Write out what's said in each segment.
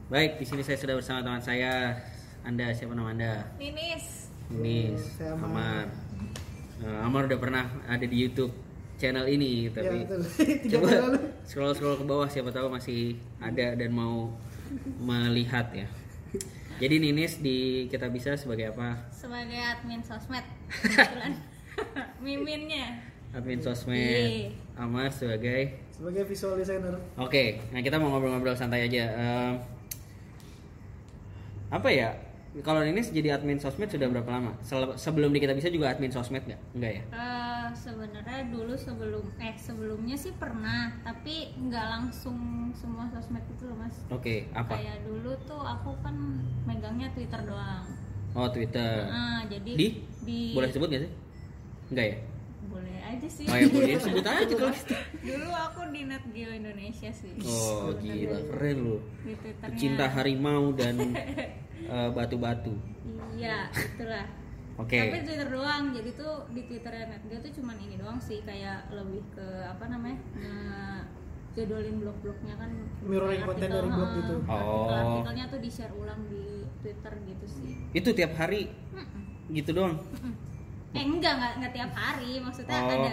Baik, di sini saya sudah bersama teman saya. Anda siapa nama Anda? Ninis. Ninis, Saya Amar. Amar udah pernah ada di YouTube channel ini, tapi Ya, coba scroll ke bawah, siapa tahu masih ada dan mau melihat ya. Jadi Ninis di Kita Bisa sebagai apa? Sebagai admin sosmed. Kebetulan. Miminnya. Admin Iya. sosmed. Amar sebagai visual designer. Oke, nah kita mau ngobrol-ngobrol santai aja. Apa ya? Kalau ini jadi admin sosmed sudah berapa lama? Sebelum di Kita Bisa juga admin sosmed nggak? Enggak ya? Sebenarnya dulu sebelumnya sih pernah, tapi nggak langsung semua sosmed itu loh mas. Oke, apa? Kayak dulu tuh aku kan megangnya Twitter doang. Oh, Twitter. Jadi di boleh sebut nggak sih? Enggak ya? Boleh aja sih. Oh ya boleh sebut aja kalau gitu. Dulu aku di Net Geo Indonesia sih. Oh gila, keren lu. Di Twitternya. Pecinta harimau dan batu-batu. Iya, itulah. Oke. Tapi Twitter doang, jadi tuh di Twitternya Net Geo tuh cuman ini doang sih, kayak lebih ke apa namanya, jadwalin blog-blognya kan. Mirroring konten dari blog gitu. Artikelnya tuh di share ulang di Twitter gitu sih. Itu tiap hari gitu doang? Enggak tiap hari, maksudnya ada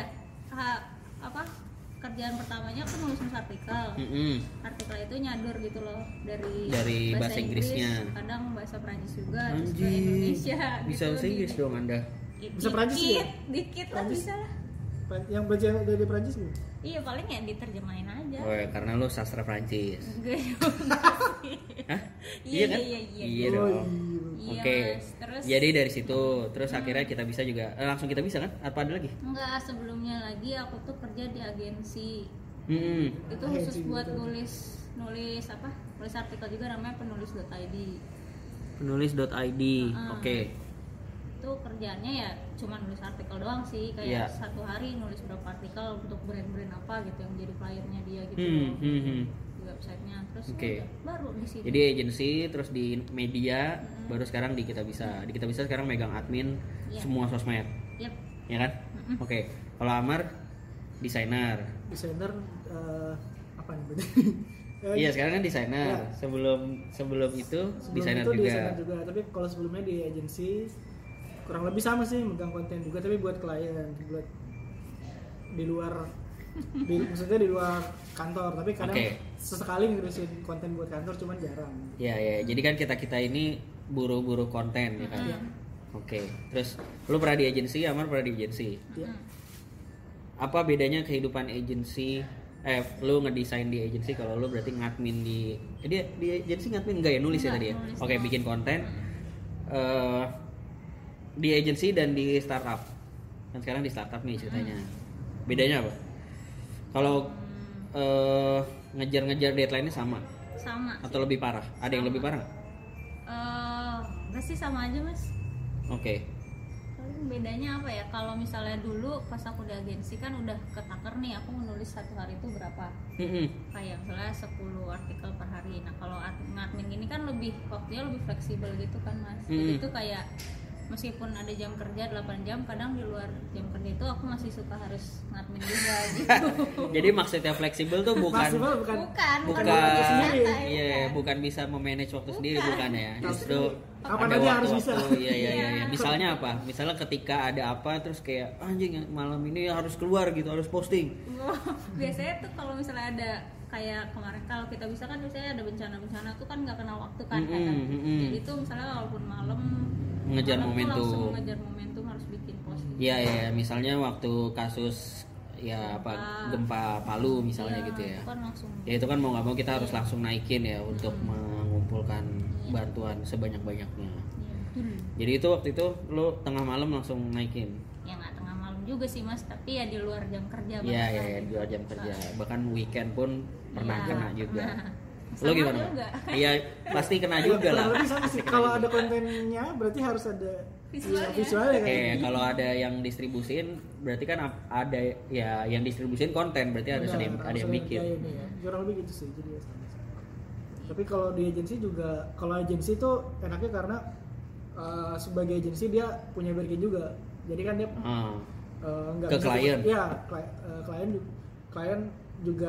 kerjaan pertamanya aku nulis artikel. Artikel itu nyadur gitu loh dari bahasa Inggrisnya. Kadang bahasa Prancis juga, terus Anjir. ke Indonesia. Bisa gitu, bahasa Inggris dong Anda? Bisa Prancis ya? Dikit lah Prancis? bisa lah. Yang belajar dari Prancis nih. Iya paling ya diterjemahin aja. Oh ya, karena lu sastra Prancis. Enggak. Hah? Iya kan? iya. Iya dong. Iya, Oke. Mas. Terus Jadi dari situ terus akhirnya Kita Bisa juga langsung Kita Bisa kan? Apa ada lagi? enggak, sebelumnya lagi aku tuh kerja di agensi. Itu Agensi khusus buat gitu. nulis artikel juga, namanya penulis.id. Penulis.id. Oke. Itu kerjaannya ya cuma nulis artikel doang sih, kayak Iya. satu hari nulis berapa artikel untuk brand-brand apa gitu yang jadi kliennya dia gitu di websitenya. Terus Oke. udah, baru di situ. Jadi agensi, terus di media, baru sekarang di Kita Bisa. Di Kita Bisa sekarang megang admin Iya. semua sosmed, Yep. ya kan? Oke. Kalau Amar desainer. Desainer apa nih? Iya, sekarang kan desainer. Ya. Sebelum itu desainer itu juga. desainer juga, tapi kalau sebelumnya di agensi kurang lebih sama sih, megang konten juga tapi buat klien, buat di luar maksudnya di luar kantor, tapi kadang Oke. sesekali ngurusin konten buat kantor, cuman jarang. Ya. Jadi kan kita ini buru-buru konten ya kan. Iya. Oke. Terus lu pernah di agensi, Amar pernah di agensi. Iya. Apa bedanya kehidupan agensi? Lu ngedesain di agensi, kalau lu berarti ngadmin di agensi ngadmin enggak ya, nulis ya Enggak, tadi ya? nulis Oke, doang. bikin konten di agensi dan di startup. Kan sekarang di startup nih ceritanya. Bedanya apa? Kalau ngejar-ngejar deadline-nya sama Sama atau lebih parah? Ada yang lebih parah nggak? pasti sama aja mas. Oke. Paling bedanya apa ya, kalau misalnya dulu pas aku di agensi kan udah ketaker nih, aku menulis satu hari itu berapa, kayak misalnya 10 artikel per hari. Nah kalau ngadmin gini kan waktunya lebih fleksibel gitu kan mas. Jadi itu kayak meskipun ada jam kerja 8 jam, kadang di luar jam kerja itu aku masih suka harus ngadmin juga gitu. Jadi maksudnya fleksibel tuh bukan bukan santai, iya, bukan. bukan bisa memanage waktu sendiri, bukan ya. Justru Kapan ada aja harus waktu-waktu. bisa. Iya. Misalnya apa? Misalnya ketika ada apa terus kayak anjing malam ini harus keluar gitu, harus posting. Biasanya tuh kalau misalnya ada kayak kemarin, kalau Kita Bisa kan misalnya ada bencana tuh kan nggak kenal waktu kan. Jadi tuh misalnya walaupun malam Ngejar tuh momentum. langsung ngejar momentum, harus bikin post. Iya, misalnya waktu kasus gempa Palu misalnya Iya, gitu ya. itu kan langsung. Ya itu kan mau nggak mau kita harus langsung naikin ya untuk mengumpulkan bantuan sebanyak-banyaknya. Iya, betul. Jadi itu waktu itu lo tengah malam langsung naikin. Ya nggak tengah malam juga sih mas, tapi ya di luar jam kerja. Iya, banget di luar jam kerja. Bahkan weekend pun pernah Iya. kena juga. Sama Lo gimana? juga. Iya, pasti kena juga lah. Kurang lebih sama sih. Kalau ada kontennya berarti harus ada visualnya kan. Kalau ada yang distribusin berarti kan ada ya, yang distribusin konten berarti harus ada yang bikin. Ya. Kurang lebih gitu sih, jadi ya sama. Tapi kalau di agensi juga, kalau agensi itu enaknya karena sebagai agensi dia punya bargain juga. Jadi kan dia nggak Ke bisa- klien. Iya, klien juga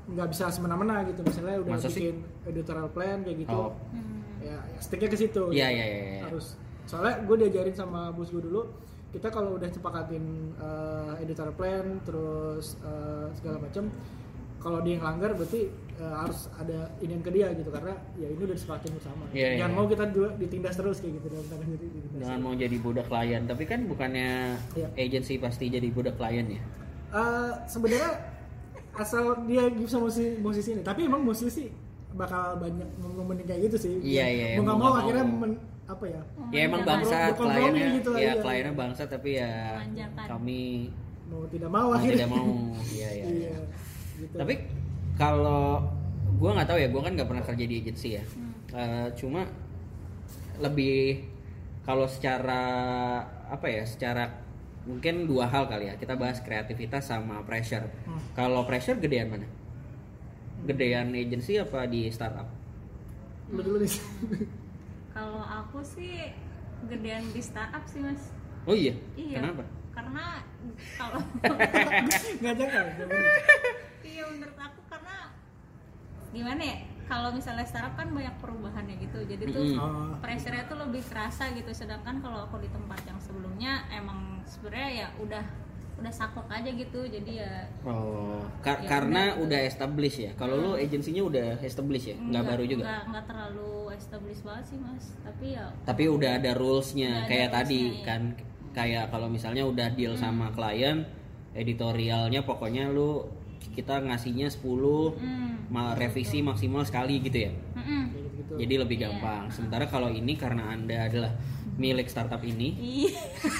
nggak bisa semena-mena gitu. Misalnya udah Masa sih? bikin editorial plan kayak gitu, Oh. ya sticknya ke situ. Iya, gitu. iya, iya. Harus. Soalnya gue diajarin sama bos gue dulu, kita kalau udah sepakatin editorial plan terus segala macam, kalau dia yang langgar berarti harus ada inian ke dia gitu, karena ya ini udah disepakatin bersama. Iya, Jangan iya. mau kita juga ditindas terus kayak gitu dalam tanda kutip ditindas. Jangan mau jadi budak klien, tapi kan bukannya Iya. agency pasti jadi budak klien ya? Sebenarnya asal dia bisa musisi ini, tapi emang musisi sih bakal banyak momen kayak gitu sih. Iya, iya, Mau nggak mau mau nggak akhirnya mau. apa ya? Ya emang Jangan bangsat berkompromi kliennya, gitu, ya iya. kliennya bangsat tapi ya Memanjakan. kami Mau tidak mau mau akhirnya. tidak mau. Iya, iya. Iya. Iya. Gitu. Tapi kalau gue nggak tahu ya, gue kan nggak pernah kerja di agensi ya. Cuma lebih kalau secara apa ya, secara mungkin dua hal kali ya. Kita bahas kreativitas sama pressure. Kalau pressure gedean mana? Gedean agensi apa di startup? Lu dulu nih. Kalau aku sih gedean di startup sih mas. Oh iya. Iya. Kenapa? Karena kalau Ngajak kan? iya menurut aku karena gimana ya? Kalau misalnya startup kan banyak perubahannya gitu, jadi tuh Oh. pressure-nya tuh lebih kerasa gitu. Sedangkan kalau aku di tempat yang sebelumnya emang sebenarnya ya udah saklek aja gitu, jadi ya Oh, Ya karena udah. udah established ya. Kalau lu agensinya udah established ya, nggak baru juga. nggak terlalu established banget sih mas, tapi ya Tapi udah ada rulesnya Udah ada kayak tadi rulesnya, iya. kan, kayak kalau misalnya udah deal sama klien, editorialnya pokoknya lu kita ngasihnya 10, revisi maksimal sekali gitu ya. mm-mm. Gitu. Jadi lebih gampang. Sementara kalau ini karena Anda adalah milik startup ini, Iya.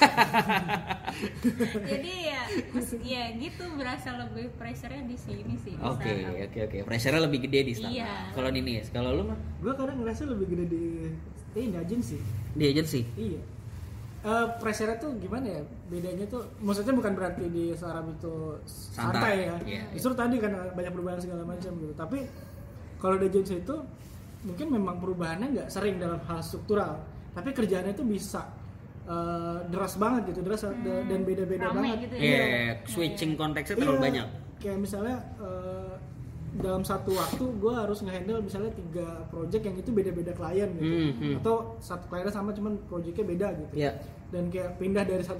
Jadi ya gitu berasa lebih pressure-nya di sini sih. di oke. startup. Pressure-nya lebih gede di startup. Iya. Kalau ini, kalau lu mah Gue kadang ngerasa lebih gede di ini agensi. di agency. Iya. Pressure tuh gimana ya? Bedanya tuh, maksudnya bukan berarti di startup itu santai ya. Iya. Justru tadi kan banyak perubahan segala macam gitu. Tapi kalau di agensi itu mungkin memang perubahannya nggak sering dalam hal struktural, tapi kerjaannya itu bisa deras banget gitu, deras dan beda-beda Rame banget. gitu Iya, ya. switching konteksnya terlalu Iya. banyak. Kayak misalnya dalam satu waktu gue harus ngehandle misalnya 3 project yang itu beda-beda klien gitu, atau satu kliennya sama cuman projectnya beda gitu. Iya. Dan kayak pindah dari satu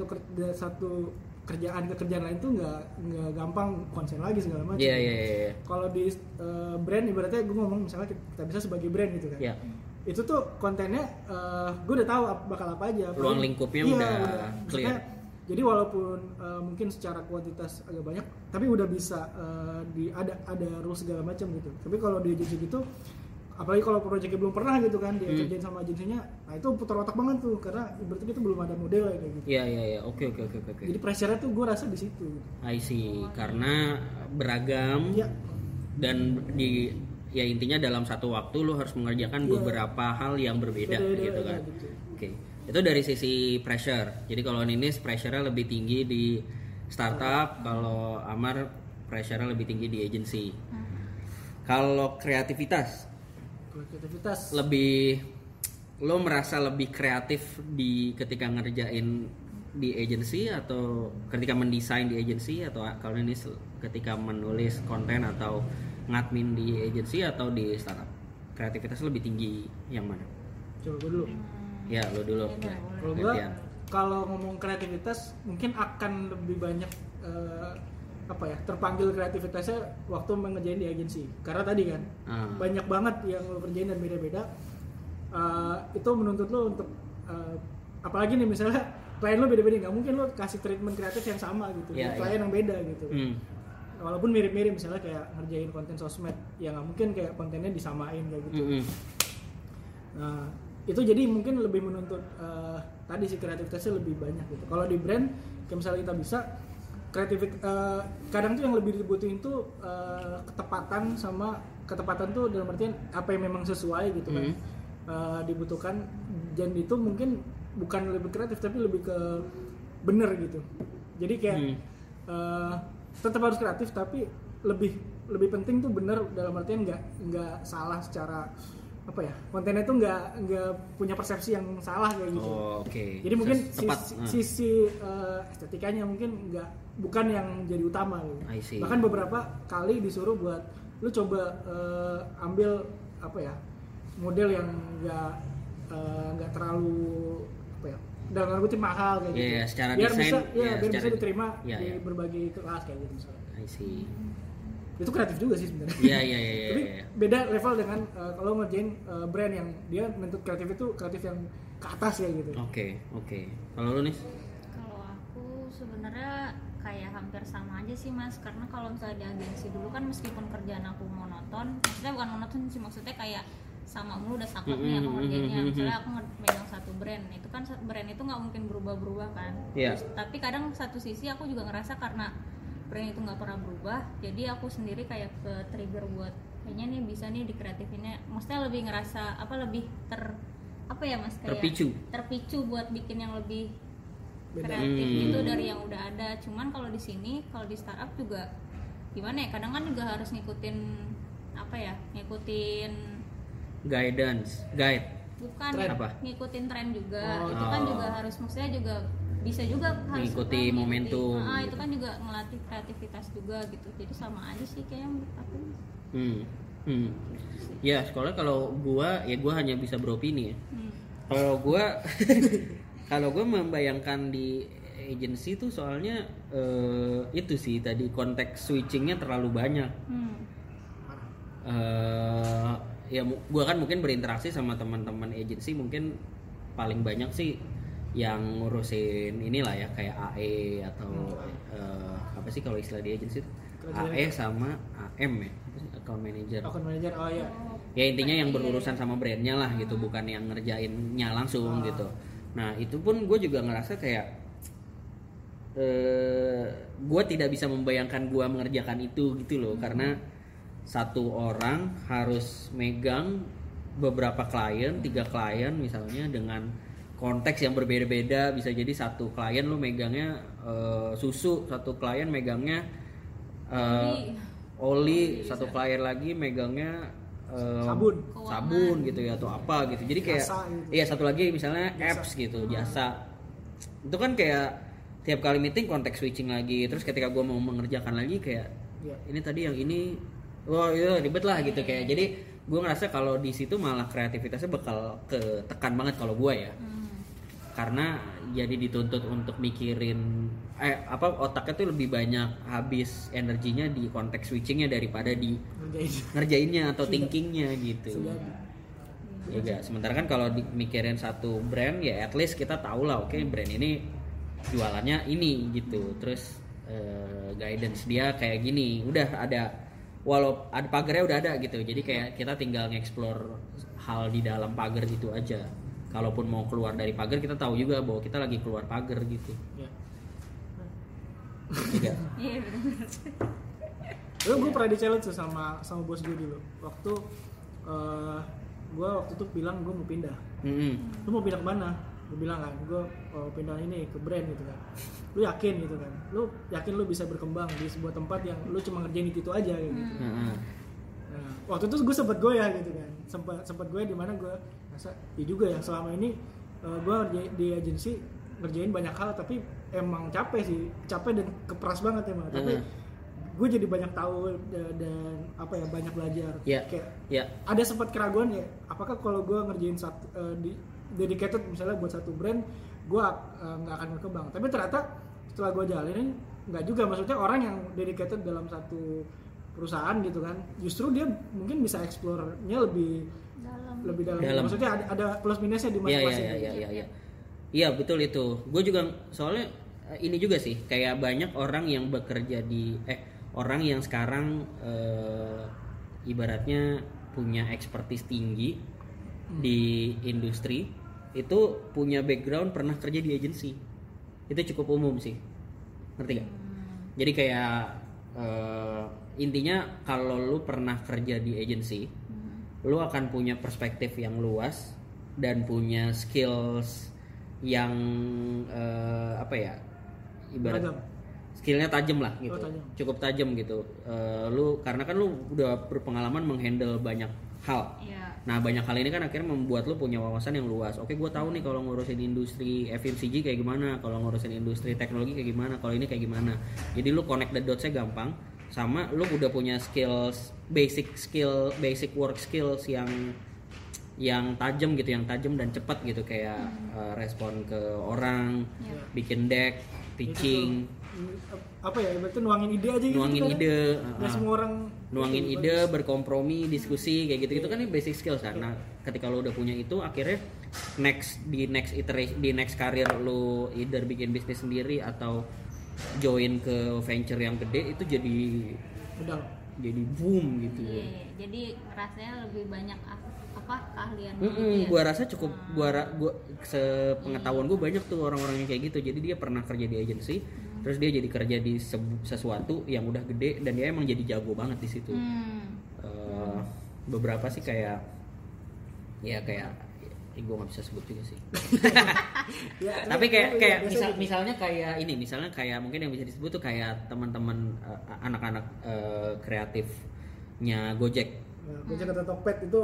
kerjaan ke kerjaan lain tuh nggak gampang, konsen lagi segala macam. Iya. Kalau di brand ibaratnya gue ngomong misalnya kita bisa sebagai brand gitu kan. Iya. Itu tuh kontennya gue udah tahu bakal apa aja. Ruang lingkupnya Iya, udah Maksudnya, clear. jadi walaupun mungkin secara kuantitas agak banyak, tapi udah bisa ada rules segala macam gitu. Tapi kalau di agensi gitu, apalagi kalau proyeknya belum pernah gitu kan dia kerjain sama agensinya, nah itu putar otak banget tuh karena berarti itu belum ada model kayak gitu. Iya. Oke. Jadi pressure-nya tuh gue rasa di situ. I see. Karena beragam Iya. dan ya intinya dalam satu waktu lu harus mengerjakan Iya. beberapa hal yang berbeda Beda-beda, gitu kan. iya, gitu. Oke. Itu dari sisi pressure. Jadi kalau Ninis pressure-nya lebih tinggi di startup, kalau Amar pressure-nya lebih tinggi di agency. Kalau kreativitas Kalau kreativitas lo merasa lebih kreatif di ketika ngerjain di agency atau ketika mendesain di agency, atau kalau ini ketika menulis konten atau ngadmin di agency atau di startup, kreativitas lebih tinggi yang mana? coba gue dulu. Ya lo dulu. Iya, Ya, Kalau gue gantian. kalau ngomong kreativitas mungkin akan lebih banyak terpanggil kreativitasnya waktu mengerjain di agensi, karena tadi kan banyak banget yang lo kerjain dan beda-beda. Itu menuntut lo untuk apalagi nih misalnya klien lo beda-beda, nggak mungkin lo kasih treatment kreatif yang sama gitu Iya, di klien yang beda gitu. Walaupun mirip-mirip misalnya kayak ngerjain konten sosmed, ya nggak mungkin kayak kontennya disamain kayak gitu. Nah itu jadi mungkin lebih menuntut tadi sih kreativitasnya lebih banyak gitu. Kalau di brand kayak misalnya kita bisa kadang tuh yang lebih dibutuhin tuh ketepatan tuh dalam artian apa yang memang sesuai gitu kan dibutuhkan, dan itu mungkin bukan lebih kreatif tapi lebih ke bener gitu. Jadi kayak tetap harus kreatif tapi lebih penting tuh bener, dalam artian nggak salah secara kontennya tuh nggak punya persepsi yang salah kayak gitu. Oke. Jadi mungkin Tepat. sisi estetikanya mungkin bukan yang jadi utama gitu. I see. Bahkan beberapa kali disuruh buat lu coba ambil apa ya, model yang nggak terlalu apa ya, dalam tanda kutip mahal kayak gitu. Secara biar desain, bisa ya, biar secara bisa diterima ya, di ya. berbagai kelas kayak gitu misalnya. I see. Itu kreatif juga sih sebenarnya. Iya. Tapi beda level dengan kalau ngerjain brand yang dia bentuk kreatif itu kreatif yang ke atas ya gitu. Oke. Kalau lu nih? Kalau aku sebenarnya kayak hampir sama aja sih Mas, karena kalau misalnya di agensi dulu kan meskipun kerjaan aku monoton, maksudnya bukan monoton sih, maksudnya kayak sama mulu udah saklek nih aku ngerjainnya. Misalnya aku megang satu brand, itu kan brand itu nggak mungkin berubah-berubah kan. Yeah. Terus, tapi kadang satu sisi aku juga ngerasa karena brand itu nggak pernah berubah, jadi aku sendiri kayak ke trigger buat kayaknya nih bisa nih di kreatifinnya, maksudnya lebih ngerasa lebih apa ya Mas, kayak terpicu buat bikin yang lebih kreatif gitu dari yang udah ada. Cuman kalau di sini, kalau di startup juga gimana ya, kadang kan juga harus ngikutin guide bukan trend. Ngikutin tren juga. Itu kan juga harus, maksudnya juga bisa juga harus mengikuti momentum itu kan juga ngelatih kreativitas juga gitu. Jadi sama aja sih kayak menurut aku. Ya sekolah kalau gua hanya bisa beropini ya. Kalau gua membayangkan di agency tuh soalnya itu sih tadi konteks switchingnya terlalu banyak. Ya gua kan mungkin berinteraksi sama teman-teman agency, mungkin paling banyak sih yang ngurusin inilah ya, kayak AE atau apa sih kalau istilah di agency itu? AE sama AM ya, account manager. Oh ya. Ya intinya yang berurusan sama brandnya lah gitu, bukan yang ngerjainnya langsung gitu. Nah itu pun gue juga ngerasa kayak gue tidak bisa membayangkan gue mengerjakan itu gitu loh, karena satu orang harus megang beberapa klien, 3 klien misalnya dengan konteks yang berbeda-beda. Bisa jadi satu klien lu megangnya susu, satu klien megangnya oli, satu klien lagi megangnya sabun gitu ya, atau apa gitu. Jadi kayak iya satu lagi misalnya apps gitu, jasa. Itu kan kayak tiap kali meeting konteks switching lagi. Terus ketika gue mau mengerjakan lagi kayak ini tadi yang ini, wah iya ribet lah gitu kayak. Jadi gue ngerasa kalau di situ malah kreativitasnya bakal ketekan banget kalau gue ya. Karena jadi dituntut untuk mikirin otaknya tuh lebih banyak habis energinya di konteks switchingnya daripada di ngerjainnya atau thinkingnya gitu. Ya gak? Sementara kan kalau mikirin satu brand ya at least kita tahu lah, oke, brand ini jualannya ini gitu. Terus guidance dia kayak gini, udah ada, walau ada pagarnya udah ada gitu. Jadi kayak kita tinggal nge-explore hal di dalam pagar itu aja. Kalaupun mau keluar dari pagar, kita tahu juga bahwa kita lagi keluar pagar gitu. Iya. Iya benar. Gue pernah di challenge tuh sama bos gue dulu. Waktu gue waktu itu bilang gue mau pindah. Lu mau pindah kemana? Gue bilang kan, gue pindah ini ke brand gitu kan. Lu yakin gitu kan? Lu yakin lu bisa berkembang di sebuah tempat yang lu cuma ngerjain itu aja gitu. Nah, waktu itu gue sempet goyah gitu kan. Sempet gue di mana gue rasa ya juga ya, selama ini gue di agensi ngerjain banyak hal tapi emang capek dan keperas banget emang. Tapi gue jadi banyak tahu dan banyak belajar. Kayak ada sempat keraguan ya, apakah kalau gue ngerjain dedicated misalnya buat satu brand, gue nggak akan berkembang. Tapi ternyata setelah gue jalanin nggak juga. Maksudnya orang yang dedicated dalam satu perusahaan gitu kan, justru dia mungkin bisa explore-nya lebih dalam. Maksudnya ada plus minusnya di masing-masing. Iya betul itu. Gue juga soalnya ini juga sih, kayak banyak orang yang bekerja di orang yang sekarang ibaratnya punya expertise tinggi di industri, itu punya background pernah kerja di agensi. Itu cukup umum sih, ngerti gak? Jadi kayak intinya kalau lu pernah kerja di agensi, lu akan punya perspektif yang luas dan punya skills yang ibarat skillnya tajam lah gitu, cukup tajam gitu. Karena kan lu udah berpengalaman menghandle banyak hal. Nah banyak hal ini kan akhirnya membuat lu punya wawasan yang luas. Oke, gue tahu nih kalau ngurusin industri FMCG kayak gimana, kalau ngurusin industri teknologi kayak gimana, kalau ini kayak gimana. Jadi lu connect the dots-nya gampang. sama lu udah punya basic work skills yang tajam gitu, yang tajam dan cepat gitu, kayak respon ke orang, bikin deck, pitching, apa ya, berarti nuangin ide aja gitu. Nuangin ide, nggak semua orang nuangin ide, berkompromi, diskusi kayak gitu-gitu kan ini basic skills kan. Nah, ketika lo udah punya itu, akhirnya di next karir lo either bikin bisnis sendiri atau join ke venture yang gede, itu udah jadi boom gitu. Jadi rasanya lebih banyak keahlian. Gua rasa cukup, gua sepengetahuan gue banyak tuh orang-orang yang kayak gitu. Jadi dia pernah kerja di agency, terus dia jadi kerja di sesuatu yang udah gede dan dia emang jadi jago banget di situ. Beberapa sih kayak gue nggak bisa sebut juga sih. Tapi kayak misalnya kayak mungkin yang bisa disebut tuh kayak teman-teman anak-anak kreatifnya Gojek. Gojek atau Tokped itu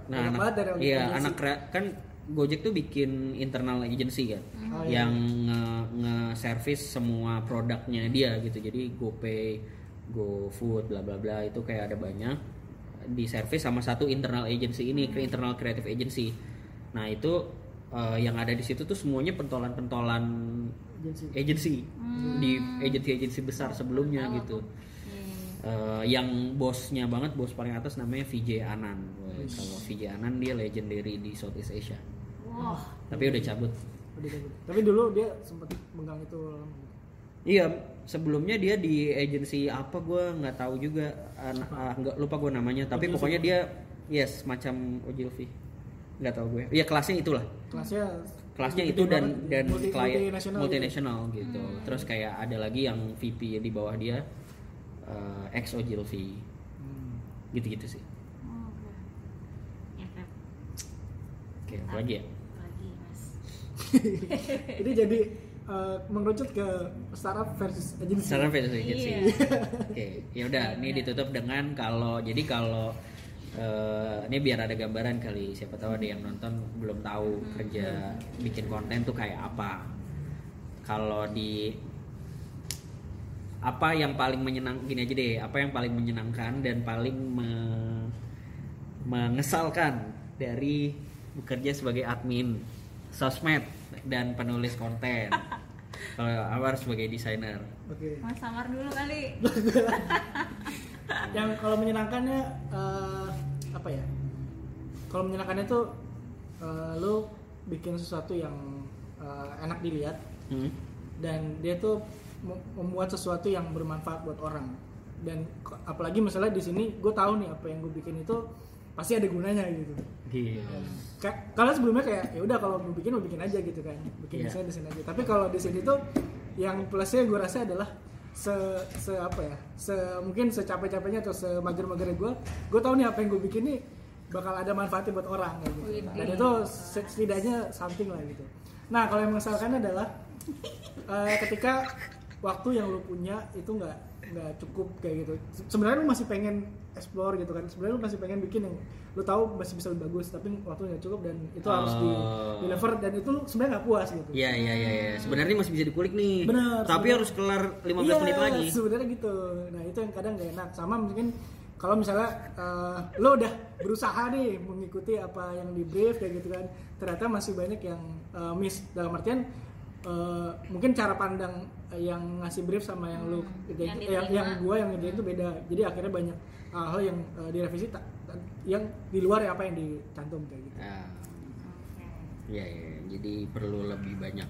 kan Gojek tuh bikin internal agency kan, yang nge-service semua produknya dia gitu. Jadi GoPay, GoFood, bla bla bla, itu kayak ada banyak di service sama satu internal agency ini, internal creative agency. Nah itu yang ada di situ tuh semuanya pentolan agency di agensi besar sebelumnya gitu. Yang bosnya banget, bos paling atas namanya Vijay Anand. Kalau Vijay Anand dia legendary di Southeast Asia. Tapi udah cabut. Tapi dulu dia sempat megang itu. Iya, sebelumnya dia di agensi apa gue nggak tahu juga, nggak lupa gue namanya. Tapi Ogilvy. pokoknya dia macam Ogilvy, nggak tahu gue. Iya kelasnya itulah. Kelasnya itu dan klien multinasional gitu. Terus kayak ada lagi yang VP di bawah dia. Ex Ogilvy, gitu-gitu sih. Oke, apa lagi ya? Lagi mas. Ini jadi mengerucut ke startup versus agency. Startup versus agency. Iya. Oke, ya udah. Ini ditutup dengan kalau ini biar ada gambaran kali. Siapa tahu ada yang nonton belum tahu kerja bikin konten tuh kayak apa. Kalau apa yang paling apa yang paling menyenangkan dan paling mengesalkan dari bekerja sebagai admin sosmed dan penulis konten? Kalau Awar sebagai desainer. Oke. Mas Samar dulu kali. Yang kalau menyenangkannya apa ya? Kalau menyenangkannya tuh lu bikin sesuatu yang enak dilihat dan dia tuh membuat sesuatu yang bermanfaat buat orang. Dan apalagi misalnya di sini gue tahu nih apa yang gue bikin itu pasti ada gunanya gitu. Kalau sebelumnya kayak ya udah kalau mau bikin aja gitu kan, bikin desain aja. Tapi kalau di sini tuh yang plusnya gue rasa adalah mungkin secapek-capeknya atau semager-magernya gue tahu nih apa yang gue bikin nih bakal ada manfaatnya buat orang kayak gitu. Dan itu setidaknya something lah gitu. Nah kalau yang mengesalkan adalah ketika waktu yang lu punya itu nggak cukup kayak gitu. Sebenarnya lu masih pengen explore gitu kan. Sebenarnya lu masih pengen bikin yang lu tahu masih bisa lebih bagus, tapi waktunya nggak cukup dan itu harus di deliver dan itu lu sebenarnya nggak puas gitu. Iya. Sebenarnya masih bisa dikulik nih. Bener. Tapi harus kelar 15 menit lagi. Iya, sebenarnya gitu. Nah, itu yang kadang nggak enak. Sama mungkin kalau misalnya lo udah berusaha nih mengikuti apa yang di brief kayak gitu kan. Ternyata masih banyak yang miss, dalam artian mungkin cara pandang yang ngasih brief sama yang lu yang gua yang ngerjain itu beda. Jadi akhirnya banyak hal yang direvisi yang di luar apa yang dicantum kayak gitu. Iya. Jadi perlu lebih banyak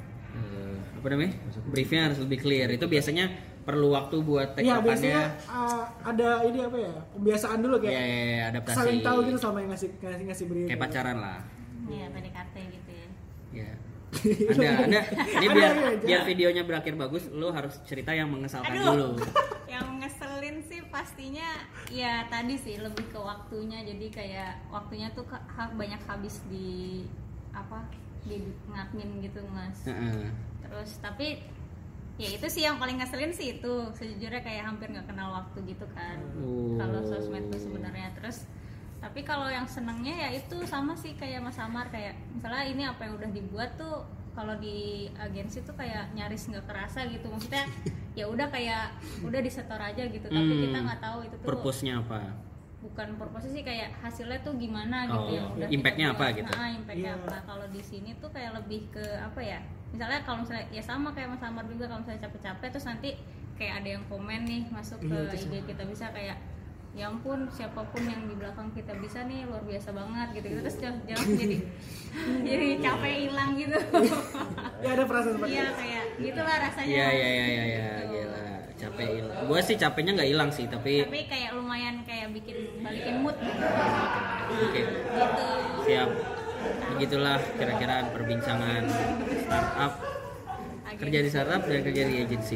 briefnya harus lebih clear. Itu biasanya perlu waktu buat take up-annya. Biasanya ada ini apa ya? Pembiasaan dulu kayak. Iya, adaptasi. Saling tahu gitu sama yang ngasih brief. Kayak pacaran lah. Iya, PDKT gitu ya. Iya. Ada. Ini biar videonya berakhir bagus, lo harus cerita yang mengesalkan dulu. Yang ngeselin sih pastinya ya tadi sih lebih ke waktunya. Jadi kayak waktunya tuh banyak habis di ngadmin gitu mas. Terus tapi ya itu sih yang paling ngeselin sih itu sejujurnya kayak hampir nggak kenal waktu gitu kan. Kalau sosmed tuh sebenarnya. Terus tapi kalau yang senangnya ya itu sama sih kayak Mas Amar, kayak misalnya ini apa yang udah dibuat tuh kalau di agensi tuh kayak nyaris nggak kerasa gitu, maksudnya ya udah kayak udah disetor aja gitu, tapi kita nggak tahu itu tuh purpose-nya apa, bukan purpose sih, kayak hasilnya tuh gimana gitu yang udah impact-nya kita apa buat. gitu. Nah, impact-nya apa. Kalau di sini tuh kayak lebih ke apa ya, misalnya kalau misalnya ya sama kayak Mas Amar juga, kalau misalnya capek-capek terus nanti kayak ada yang komen nih masuk ke IG kita bisa kayak ya ampun siapapun yang di belakang kita bisa nih luar biasa banget gitu, terus jangan jadi capek hilang gitu. Ya ada perasaan seperti Iya kayak gitulah rasanya. Iya, gila. Capek hilang. Gue sih capeknya nggak hilang sih, tapi kayak lumayan kayak balikin mood gitu. Oke. Gitu. Siap. Begitulah kira-kira perbincangan startup, kerja di startup dan kerja di agensi.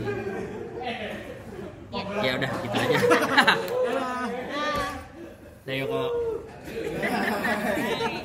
Ya udah gitu aja. Dah yuk kok.